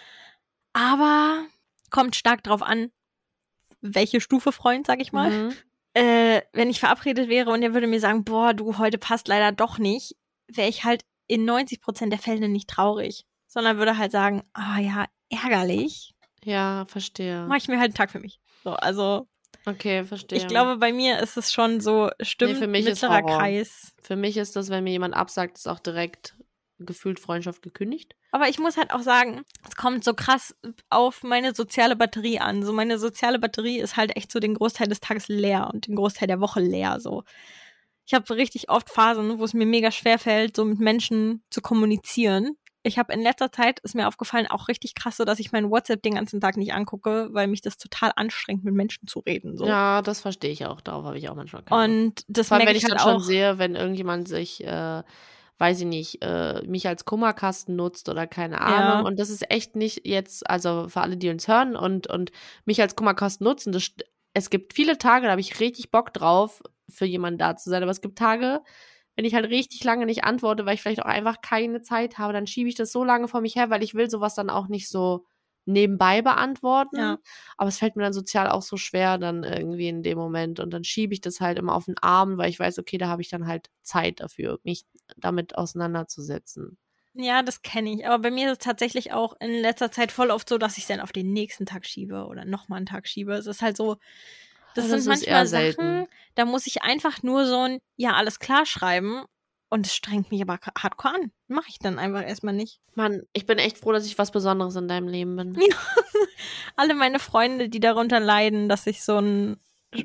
Aber kommt stark drauf an, welche Stufe Freund, sag ich mal. Wenn ich verabredet wäre und er würde mir sagen, boah, du, heute passt leider doch nicht, wäre ich halt in 90% der Fälle nicht traurig, sondern würde halt sagen, ja, ärgerlich. Ja, verstehe. Mache ich mir halt einen Tag für mich. So, also. Okay, verstehe. Ich glaube, bei mir ist es schon so, stimmt, für mich mittlerer ist Horror. Kreis. Für mich ist das, wenn mir jemand absagt, ist auch direkt gefühlt Freundschaft gekündigt. Aber ich muss halt auch sagen, es kommt so krass auf meine soziale Batterie an. So, meine soziale Batterie ist halt echt so den Großteil des Tages leer und den Großteil der Woche leer. So. Ich habe richtig oft Phasen, wo es mir mega schwer fällt, so mit Menschen zu kommunizieren. Ich habe in letzter Zeit, ist mir aufgefallen, auch richtig krass so, dass ich mein WhatsApp den ganzen Tag nicht angucke, weil mich das total anstrengt, mit Menschen zu reden. So. Ja, das verstehe ich auch. Darauf habe ich auch manchmal keine Lust. Und das Vor allem, merke wenn ich halt dann auch. schon sehe, wenn irgendjemand sich, weiß ich nicht, mich als Kummerkasten nutzt oder keine Ahnung. Ja. Und das ist echt nicht jetzt, also für alle, die uns hören und mich als Kummerkasten nutzen, es gibt viele Tage, da habe ich richtig Bock drauf, für jemanden da zu sein. Aber es gibt Tage, wenn ich halt richtig lange nicht antworte, weil ich vielleicht auch einfach keine Zeit habe, dann schiebe ich das so lange vor mich her, weil ich will sowas dann auch nicht so nebenbei beantworten. Ja. Aber es fällt mir dann sozial auch so schwer dann irgendwie in dem Moment. Und dann schiebe ich das halt immer auf den Abend, weil ich weiß, okay, da habe ich dann halt Zeit dafür, mich damit auseinanderzusetzen. Ja, das kenne ich. Aber bei mir ist es tatsächlich auch in letzter Zeit voll oft so, dass ich es dann auf den nächsten Tag schiebe oder nochmal einen Tag schiebe. Es ist halt so, das sind manchmal Sachen, da muss ich einfach nur so ein ja, alles klar schreiben und es strengt mich aber hardcore an. Mache ich dann einfach erstmal nicht. Mann, ich bin echt froh, dass ich was Besonderes in deinem Leben bin. Ja. Alle meine Freunde, die darunter leiden, dass ich so ein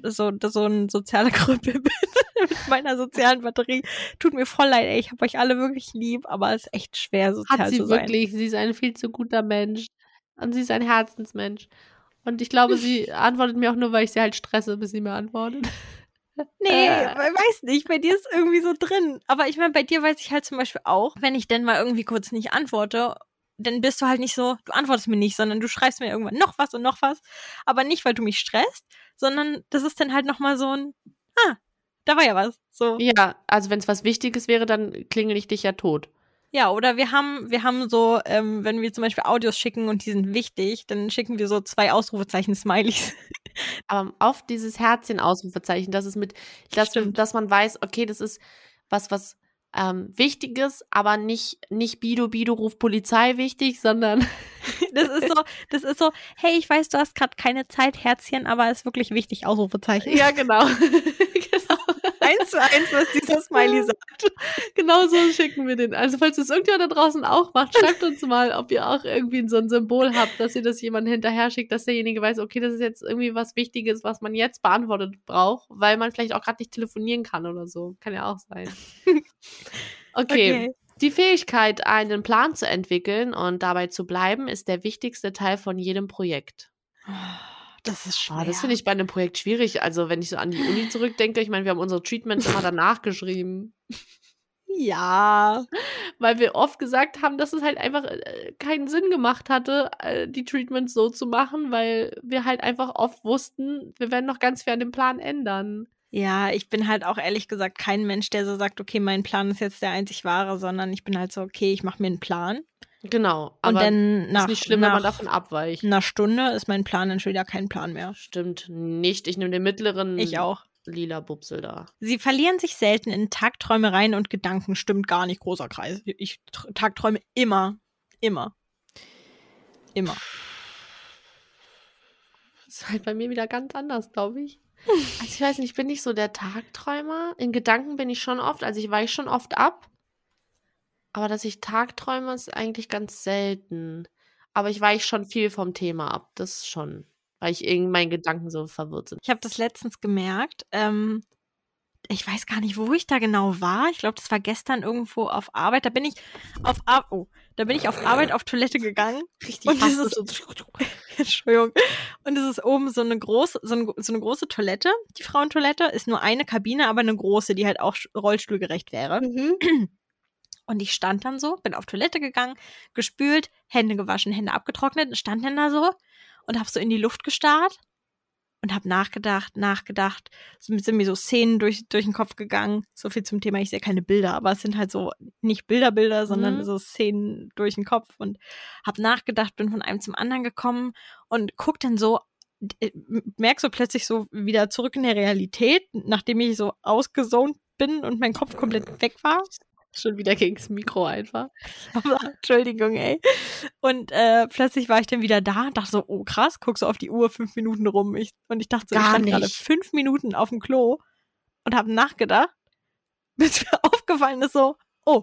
sozialer Krüppel bin mit meiner sozialen Batterie. Tut mir voll leid, ey. Ich habe euch alle wirklich lieb, aber es ist echt schwer, sozial zu sein. Hat sie wirklich. Sie ist ein viel zu guter Mensch. Und sie ist ein Herzensmensch. Und ich glaube, sie antwortet mir auch nur, weil ich sie halt stresse, bis sie mir antwortet. Nee, weiß nicht. Bei dir ist irgendwie so drin. Aber ich meine, bei dir weiß ich halt zum Beispiel auch, wenn ich dann mal irgendwie kurz nicht antworte, dann bist du halt nicht so, du antwortest mir nicht, sondern du schreibst mir irgendwann noch was und noch was. Aber nicht, weil du mich stresst, sondern das ist dann halt nochmal so ein, da war ja was. So. Ja, also wenn es was Wichtiges wäre, dann klingel ich dich ja tot. Ja, oder wir haben so, wenn wir zum Beispiel Audios schicken und die sind wichtig, dann schicken wir so 2 Ausrufezeichen-Smileys. Aber auf dieses Herzchen-Ausrufezeichen, dass man weiß, okay, das ist was Wichtiges, aber nicht Bido ruft Polizei wichtig, sondern das ist so, hey, ich weiß, du hast gerade keine Zeit, Herzchen, aber ist wirklich wichtig, Ausrufezeichen. Ja, genau. Genau. 1:1, was dieser Smiley sagt. Genau so schicken wir den. Also falls es irgendjemand da draußen auch macht, schreibt uns mal, ob ihr auch irgendwie so ein Symbol habt, dass ihr das jemandem hinterher schickt, dass derjenige weiß, okay, das ist jetzt irgendwie was Wichtiges, was man jetzt beantwortet braucht, weil man vielleicht auch gerade nicht telefonieren kann oder so. Kann ja auch sein. Okay. Die Fähigkeit, einen Plan zu entwickeln und dabei zu bleiben, ist der wichtigste Teil von jedem Projekt. Das ist schwer. Das finde ich bei einem Projekt schwierig. Also wenn ich so an die Uni zurückdenke, ich meine, wir haben unsere Treatments immer danach geschrieben. Ja. Weil wir oft gesagt haben, dass es halt einfach keinen Sinn gemacht hatte, die Treatments so zu machen, weil wir halt einfach oft wussten, wir werden noch ganz viel an dem Plan ändern. Ja, ich bin halt auch ehrlich gesagt kein Mensch, der so sagt, okay, mein Plan ist jetzt der einzig wahre, sondern ich bin halt so, okay, ich mache mir einen Plan. Genau, Und aber dann ist nicht schlimm, wenn man davon abweicht. Nach einer Stunde ist mein Plan dann schon wieder kein Plan mehr. Stimmt nicht. Ich nehme den mittleren Ich auch. lila Bupsel da. Sie verlieren sich selten in Tagträumereien und Gedanken. Stimmt gar nicht, großer Kreis. Ich tagträume immer. Immer. Immer. Das ist halt bei mir wieder ganz anders, glaube ich. Also ich weiß nicht, ich bin nicht so der Tagträumer. In Gedanken bin ich schon oft, also ich weiche schon oft ab. Aber dass ich tagträume, ist eigentlich ganz selten. Aber ich weiche schon viel vom Thema ab, das schon. Weil ich irgendwie meine Gedanken so verwirrt sind. Ich habe das letztens gemerkt. Ich weiß gar nicht, wo ich da genau war. Ich glaube, das war gestern irgendwo auf Arbeit. Da bin ich auf Arbeit auf Toilette gegangen. Richtig Und das ist Entschuldigung. Und es ist oben so eine große Toilette. Die Frauentoilette ist nur eine Kabine, aber eine große, die halt auch rollstuhlgerecht wäre. Und ich stand dann so, bin auf Toilette gegangen, gespült, Hände gewaschen, Hände abgetrocknet, stand dann da so und hab so in die Luft gestarrt und hab nachgedacht. Sind mir so Szenen durch den Kopf gegangen. So viel zum Thema, ich sehe keine Bilder, aber es sind halt so nicht Bilder, sondern so Szenen durch den Kopf und hab nachgedacht, bin von einem zum anderen gekommen und guck dann so, merk so plötzlich so wieder zurück in der Realität, nachdem ich so ausgezont bin und mein Kopf komplett weg war. Schon wieder gegens Mikro einfach. Aber, Entschuldigung, ey. Und plötzlich war ich dann wieder da und dachte so, oh krass, guck so auf die Uhr, 5 Minuten rum. Ich dachte so, ich stand gerade 5 Minuten auf dem Klo und habe nachgedacht, bis mir aufgefallen ist so, oh,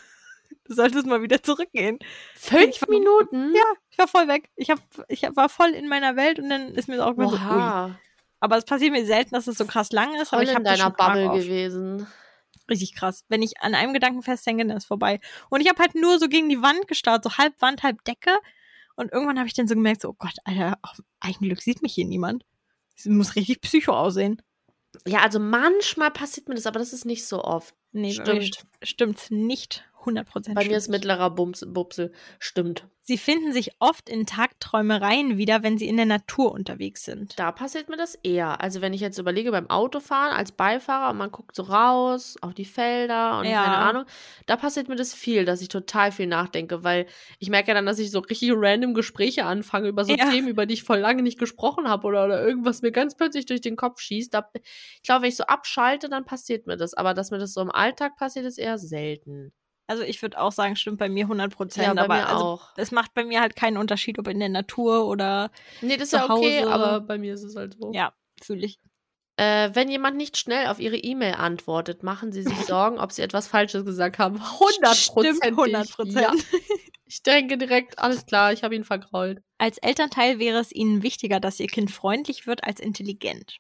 du solltest mal wieder zurückgehen. 5 Minuten? Ja, ich war voll weg. Ich war voll in meiner Welt und dann ist mir so aufgefallen, so, ui. Aber es passiert mir selten, dass es so krass lang ist. Voll aber ich in deiner Bubble gewesen. Richtig krass. Wenn ich an einem Gedanken festhänge, dann ist vorbei. Und ich habe halt nur so gegen die Wand gestarrt, so halb Wand, halb Decke. Und irgendwann habe ich dann so gemerkt, so, oh Gott, Alter, auf Eigenglück sieht mich hier niemand. Das muss richtig psycho aussehen. Ja, also manchmal passiert mir das, aber das ist nicht so oft. Nee, stimmt nicht 100%. Bei mir ist mittlerer Bupsel. Stimmt. Sie finden sich oft in Tagträumereien wieder, wenn sie in der Natur unterwegs sind. Da passiert mir das eher. Also wenn ich jetzt überlege, beim Autofahren als Beifahrer und man guckt so raus auf die Felder und keine Ahnung, da passiert mir das viel, dass ich total viel nachdenke, weil ich merke ja dann, dass ich so richtig random Gespräche anfange über so Themen, über die ich voll lange nicht gesprochen habe oder irgendwas mir ganz plötzlich durch den Kopf schießt. Ich glaube, wenn ich so abschalte, dann passiert mir das. Aber dass mir das so im Alltag passiert, ist eher selten. Also ich würde auch sagen, stimmt bei mir 100%. Ja, bei aber mir auch. Es macht bei mir halt keinen Unterschied, ob in der Natur oder nee, das ist ja okay, aber bei mir ist es halt so. Ja, fühle ich. Wenn jemand nicht schnell auf ihre E-Mail antwortet, machen sie sich Sorgen, ob sie etwas Falsches gesagt haben. 100%. 100%. Ja. Ich denke direkt, alles klar, ich habe ihn vergrault. Als Elternteil wäre es ihnen wichtiger, dass ihr Kind freundlich wird als intelligent.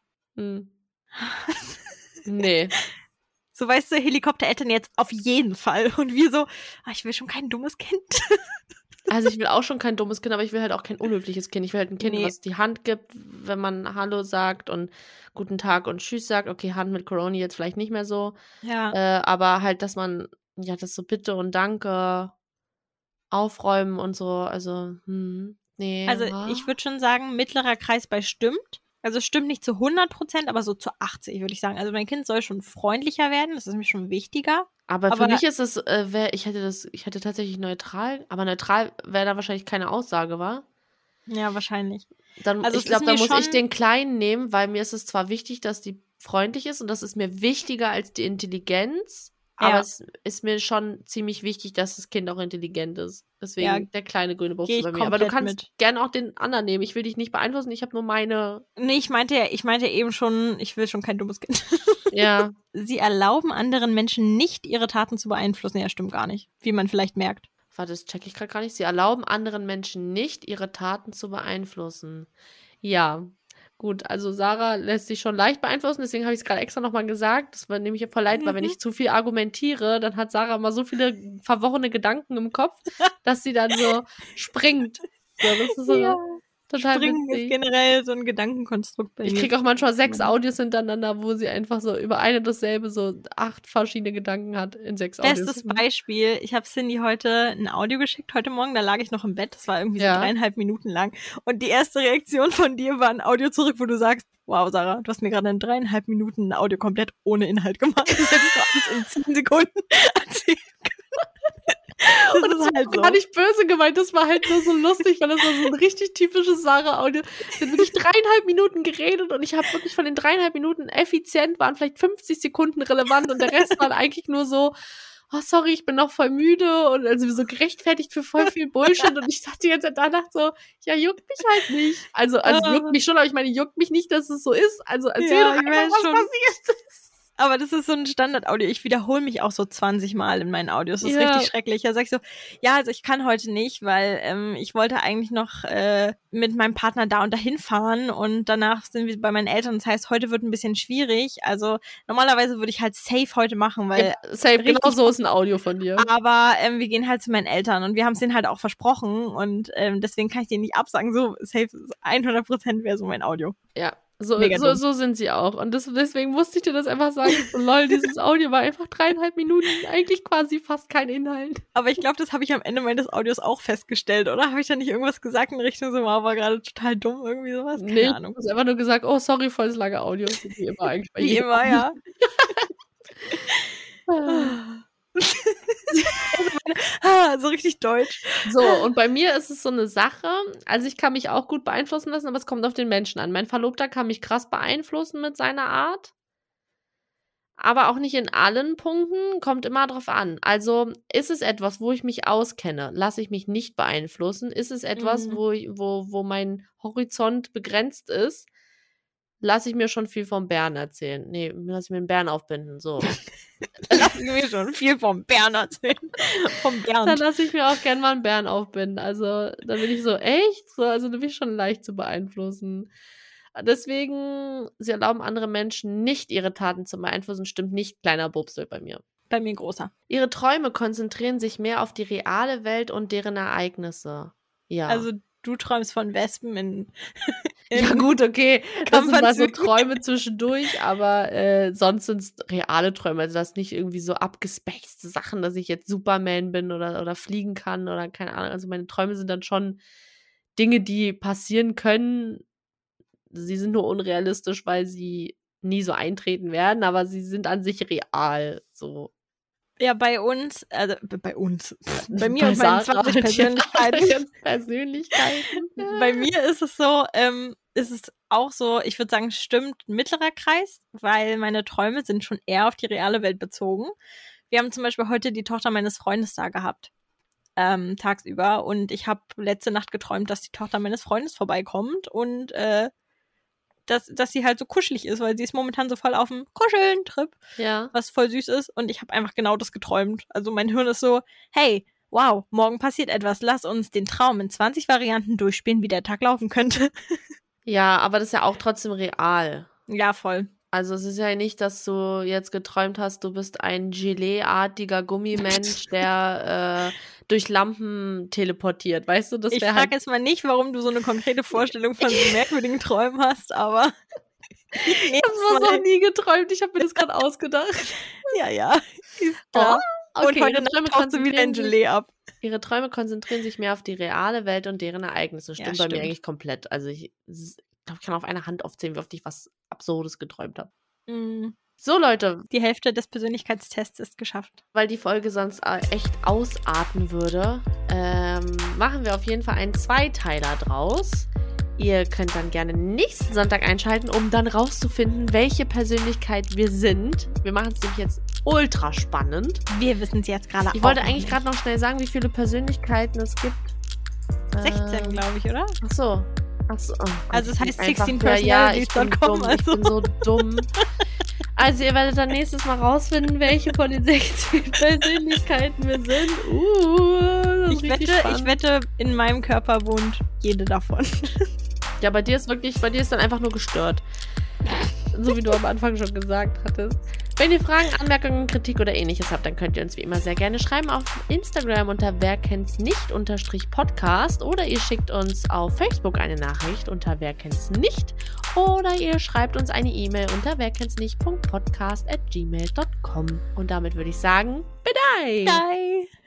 Nee. So, weißt du, Helikoptereltern jetzt auf jeden Fall. Und wir so, ich will schon kein dummes Kind. Also ich will auch schon kein dummes Kind, aber ich will halt auch kein unhöfliches Kind. Ich will halt ein Kind, was die Hand gibt, wenn man Hallo sagt und Guten Tag und Tschüss sagt. Okay, Hand mit Corona jetzt vielleicht nicht mehr so. Ja. Aber halt, dass man, ja, das so Bitte und Danke aufräumen und so. Also, nee. Also ich würde schon sagen, mittlerer Kreis bei stimmt. Also stimmt nicht zu 100%, aber so zu 80, würde ich sagen. Also mein Kind soll schon freundlicher werden, das ist mir schon wichtiger. Aber für mich ist es, ich hätte tatsächlich neutral, aber neutral wäre da wahrscheinlich keine Aussage, wa? Ja, wahrscheinlich. Dann, also ich glaube, da muss ich den Kleinen nehmen, weil mir ist es zwar wichtig, dass die freundlich ist und das ist mir wichtiger als die Intelligenz, Aber es ist mir schon ziemlich wichtig, dass das Kind auch intelligent ist. Deswegen der kleine grüne Buchse bei mir. Aber du kannst gerne auch den anderen nehmen. Ich will dich nicht beeinflussen, ich habe nur meine... Nee, ich meinte eben schon, ich will schon kein dummes Kind. Ja. Sie erlauben anderen Menschen nicht, ihre Taten zu beeinflussen. Ja, stimmt gar nicht, wie man vielleicht merkt. Warte, das checke ich gerade gar nicht. Sie erlauben anderen Menschen nicht, ihre Taten zu beeinflussen. Ja, gut. Also Sarah lässt sich schon leicht beeinflussen. Deswegen habe ich es gerade extra nochmal gesagt. Das war nämlich voll leid, weil wenn ich zu viel argumentiere, dann hat Sarah immer so viele verworrene Gedanken im Kopf, dass sie dann so springt. So, das ist so total Springen witzig. ist generell so ein Gedankenkonstrukt bei mir. Ich kriege auch manchmal 6 Audios hintereinander, wo sie einfach so über eine dasselbe so 8 verschiedene Gedanken hat in 6 Audios. Bestes Beispiel, ich habe Cindy heute ein Audio geschickt, heute Morgen, da lag ich noch im Bett, das war irgendwie so 3,5 Minuten lang und die erste Reaktion von dir war ein Audio zurück, wo du sagst, wow, Sarah, du hast mir gerade in 3,5 Minuten ein Audio komplett ohne Inhalt gemacht. Das hättest du alles in 10 Sekunden erzählen können. Das ist halt so. Gar nicht böse gemeint, das war halt nur so lustig, weil das war so ein richtig typisches Sarah-Audio. Wir haben wirklich 3,5 Minuten geredet und ich habe wirklich von den 3,5 Minuten effizient, waren vielleicht 50 Sekunden relevant und der Rest war eigentlich nur so, oh sorry, ich bin noch voll müde und also so gerechtfertigt für voll viel Bullshit und ich dachte die ganze Zeit danach so, ja, juckt mich halt nicht. Also juckt mich schon, aber ich meine, juckt mich nicht, dass es so ist. Also erzähl doch einfach, was passiert ist. Aber das ist so ein Standardaudio. Ich wiederhole mich auch so 20 Mal in meinen Audios. Das ist richtig schrecklich. Da sag ich so, ja, also ich kann heute nicht, weil ich wollte eigentlich noch mit meinem Partner da und dahin fahren und danach sind wir bei meinen Eltern. Das heißt, heute wird ein bisschen schwierig. Also normalerweise würde ich halt safe heute machen, weil... Ja, safe, genau so ist ein Audio von dir. Aber wir gehen halt zu meinen Eltern und wir haben es denen halt auch versprochen und deswegen kann ich denen nicht absagen. So safe 100% wäre so mein Audio. Ja. So sind sie auch. Und deswegen musste ich dir das einfach sagen. So, lol, dieses Audio war einfach 3,5 Minuten, eigentlich quasi fast kein Inhalt. Aber ich glaube, das habe ich am Ende meines Audios auch festgestellt, oder? Habe ich da nicht irgendwas gesagt in Richtung so, wow, war gerade total dumm, irgendwie sowas? Keine Ahnung. Du hast einfach nur gesagt, oh, sorry, voll das lange Audio. Wie immer eigentlich. Wie immer, ja. So richtig deutsch. So, und bei mir ist es so eine Sache, also ich kann mich auch gut beeinflussen lassen, aber es kommt auf den Menschen an. Mein Verlobter kann mich krass beeinflussen mit seiner Art, aber auch nicht in allen Punkten, kommt immer drauf an. Also ist es etwas, wo ich mich auskenne, lasse ich mich nicht beeinflussen. Ist es etwas, wo mein Horizont begrenzt ist, lasse ich mir schon viel vom Bären erzählen. Nee, lasse ich mir einen Bären aufbinden, so. Lass ich mir schon viel vom Bären erzählen. Vom Bären. Dann lasse ich mir auch gerne mal einen Bären aufbinden. Also, dann bin ich so, echt? So, also, du bist schon leicht zu beeinflussen. Deswegen, sie erlauben andere Menschen nicht, ihre Taten zu beeinflussen. Stimmt nicht, kleiner Bobsel bei mir. Bei mir großer. Ihre Träume konzentrieren sich mehr auf die reale Welt und deren Ereignisse. Ja. Also, du träumst von Wespen in ja gut, okay, das sind mal so Träume zwischendurch, aber sonst sind es reale Träume, also das ist nicht irgendwie so abgespacede Sachen, dass ich jetzt Superman bin oder fliegen kann oder keine Ahnung, also meine Träume sind dann schon Dinge, die passieren können, sie sind nur unrealistisch, weil sie nie so eintreten werden, aber sie sind an sich real, so. Ja, bei uns, bei mir und meinen 20 Persönlichkeiten. Bei mir ist es so, ist es auch so, ich würde sagen, stimmt mittlerer Kreis, weil meine Träume sind schon eher auf die reale Welt bezogen. Wir haben zum Beispiel heute die Tochter meines Freundes da gehabt, tagsüber, und ich habe letzte Nacht geträumt, dass die Tochter meines Freundes vorbeikommt und dass sie halt so kuschelig ist, weil sie ist momentan so voll auf dem Kuscheln-Trip, was voll süß ist, und ich habe einfach genau das geträumt. Also mein Hirn ist so, hey, wow, morgen passiert etwas, lass uns den Traum in 20 Varianten durchspielen, wie der Tag laufen könnte. Ja, aber das ist ja auch trotzdem real. Ja, voll. Also es ist ja nicht, dass du jetzt geträumt hast, du bist ein Gelee-artiger Gummimensch, der durch Lampen teleportiert. Weißt du, das ich frage jetzt mal nicht, warum du so eine konkrete Vorstellung von so merkwürdigen Träumen hast, aber ich habe sowas noch nie geträumt. Ich habe mir das gerade ausgedacht. Ja. Oh, okay. Und heute Nacht tauchst du wieder ein Gelee ab. Ihre Träume konzentrieren sich mehr auf die reale Welt und deren Ereignisse. Stimmt bei mir eigentlich komplett. Also ich glaube, ich kann auf einer Hand aufzählen, wie oft ich was Absurdes geträumt habe. So, Leute. Die Hälfte des Persönlichkeitstests ist geschafft. Weil die Folge sonst echt ausarten würde, machen wir auf jeden Fall einen Zweiteiler draus. Ihr könnt dann gerne nächsten Sonntag einschalten, um dann rauszufinden, welche Persönlichkeit wir sind. Wir machen es nämlich jetzt ultra spannend. Wir wissen es jetzt gerade auch. Ich wollte noch eigentlich nicht. gerade noch schnell sagen, wie viele Persönlichkeiten es gibt. 16, glaube ich, oder? Ach so. Oh Gott, Also es heißt einfach- 16personalities.com. Ich bin so dumm. Also ihr werdet dann nächstes Mal rausfinden, welche von den 16 Persönlichkeiten wir sind. Das ist richtig spannend. Ich wette, in meinem Körper wohnt jede davon. Ja, bei dir ist dann einfach nur gestört. So wie du am Anfang schon gesagt hattest. Wenn ihr Fragen, Anmerkungen, Kritik oder ähnliches habt, dann könnt ihr uns wie immer sehr gerne schreiben auf Instagram unter werkennt's_nicht_ oder ihr schickt uns auf Facebook eine Nachricht unter werkennt's_nicht oder ihr schreibt uns eine E-Mail unter werkennt's_nicht.podcast@gmail.com. Und damit würde ich sagen, Bye! Bye!